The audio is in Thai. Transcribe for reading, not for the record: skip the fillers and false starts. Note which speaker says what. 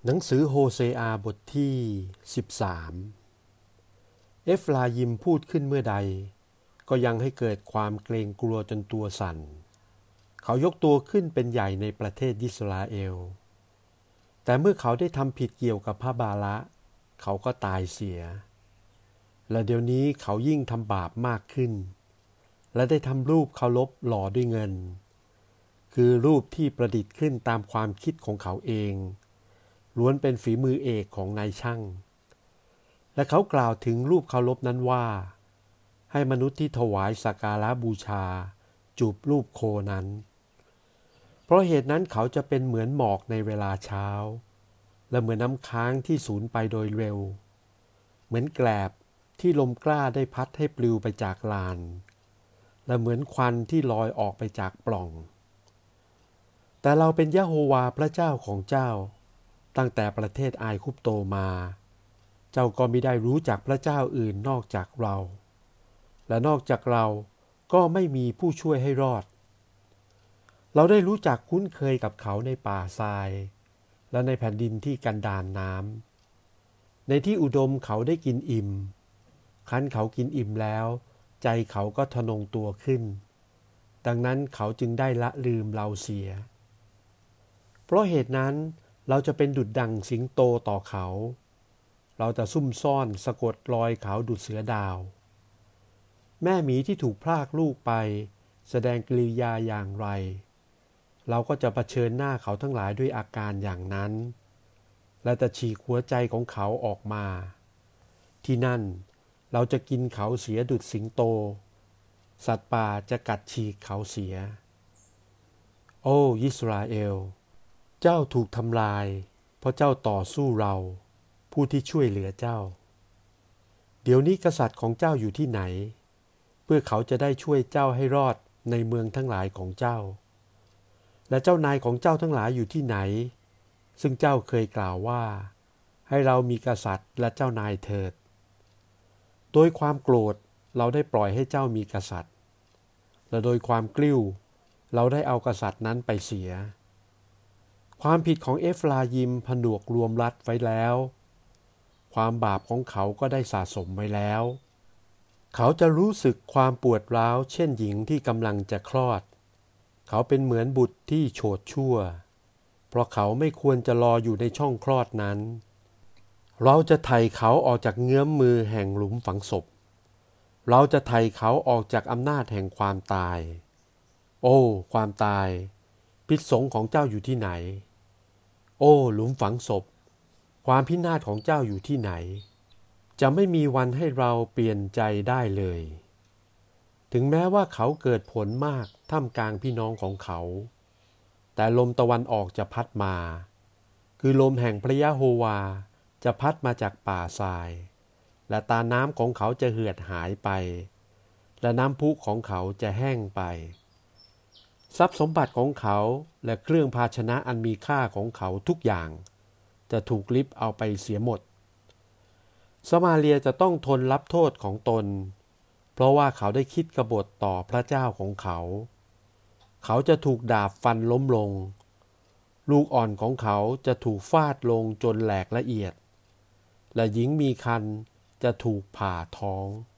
Speaker 1: หนังสือโฮเซอาบทที่13เอฟรายิมพูดขึ้นเมื่อใดก็ยังให้เกิดความเกรงกลัวจนตัวสั่นเขายกตัวขึ้นเป็นใหญ่ในประเทศอิสราเอลแต่เมื่อเขาได้ทำผิดเกี่ยวกับพระบาละเขาก็ตายเสียและเดี๋ยวนี้เขายิ่งทำบาปมากขึ้นและได้ทำรูปเคารพหล่อด้วยเงินคือรูปที่ประดิษฐ์ขึ้นตามความคิดของเขาเองล้วนเป็นฝีมือเอกของนายช่างและเขากล่าวถึงรูปเคารพนั้นว่าให้มนุษย์ที่ถวายสักการะบูชาจูบรูปโคนั้นเพราะเหตุนั้นเขาจะเป็นเหมือนหมอกในเวลาเช้าและเหมือนน้ำค้างที่สูญไปโดยเร็วเหมือนแกลบที่ลมกล้าได้พัดให้ปลิวไปจากลานและเหมือนควันที่ลอยออกไปจากปล่องแต่เราเป็นยะโฮวาพระเจ้าของเจ้าตั้งแต่ประเทศอายคุปโตมาเจ้าก็มิได้รู้จักพระเจ้าอื่นนอกจากเราและนอกจากเราก็ไม่มีผู้ช่วยให้รอดเราได้รู้จักคุ้นเคยกับเขาในป่าทรายและในแผ่นดินที่กันดารน้ำในที่อุดมเขาได้กินอิ่มครั้นเขากินอิ่มแล้วใจเขาก็ทะนงตัวขึ้นดังนั้นเขาจึงได้ละลืมเราเสียเพราะเหตุนั้นเราจะเป็นดุจดั่งสิงโตต่อเขาเราจะซุ่มซ่อนสะกดรอยเขาดุจเสือดาวแม่หมีที่ถูกพรากลูกไปแสดงกริยาอย่างไรเราก็จะเผชิญหน้าเขาทั้งหลายด้วยอาการอย่างนั้นและจะฉีกหัวใจของเขาออกมาที่นั่นเราจะกินเขาเสียดุจสิงโตสัตว์ป่าจะกัดฉีกเขาเสียโอ้อิสราเอลเจ้าถูกทำลายเพราะเจ้าต่อสู้เราผู้ที่ช่วยเหลือเจ้าเดี๋ยวนี้กษัตริย์ของเจ้าอยู่ที่ไหนเพื่อเขาจะได้ช่วยเจ้าให้รอดในเมืองทั้งหลายของเจ้าและเจ้านายของเจ้าทั้งหลายอยู่ที่ไหนซึ่งเจ้าเคยกล่าวว่าให้เรามีกษัตริย์และเจ้านายเถิดโดยความโกรธเราได้ปล่อยให้เจ้ามีกษัตริย์และโดยความกลิ้วเราได้เอากษัตริย์นั้นไปเสียความผิดของเอฟรายิมผนวกรวมรัดไว้แล้วความบาปของเขาก็ได้สะสมไว้แล้วเขาจะรู้สึกความปวดร้าวเช่นหญิงที่กำลังจะคลอดเขาเป็นเหมือนบุตรที่โฉดชั่วเพราะเขาไม่ควรจะรออยู่ในช่องคลอดนั้นเราจะไถ่เขาออกจากเงื้อมมือแห่งหลุมฝังศพเราจะไถ่เขาออกจากอำนาจแห่งความตายโอ้ความตายพิษสงของเจ้าอยู่ที่ไหนโอ้หลุมฝังศพความพินาศของเจ้าอยู่ที่ไหนจะไม่มีวันให้เราเปลี่ยนใจได้เลยถึงแม้ว่าเขาเกิดผลมากท่ามกลางพี่น้องของเขาแต่ลมตะวันออกจะพัดมาคือลมแห่งพระยะโฮวาจะพัดมาจากป่าทรายและตาน้ำของเขาจะเหือดหายไปและน้ำพุของเขาจะแห้งไปทรัพย์สมบัติของเขาและเครื่องภาชนะอันมีค่าของเขาทุกอย่างจะถูกลิบเอาไปเสียหมดสมาเรียจะต้องทนรับโทษของตนเพราะว่าเขาได้คิดกบฏต่อพระเจ้าของเขาเขาจะถูกดาบฟันล้มลงลูกอ่อนของเขาจะถูกฟาดลงจนแหลกละเอียดและหญิงมีครรภ์จะถูกผ่าท้อง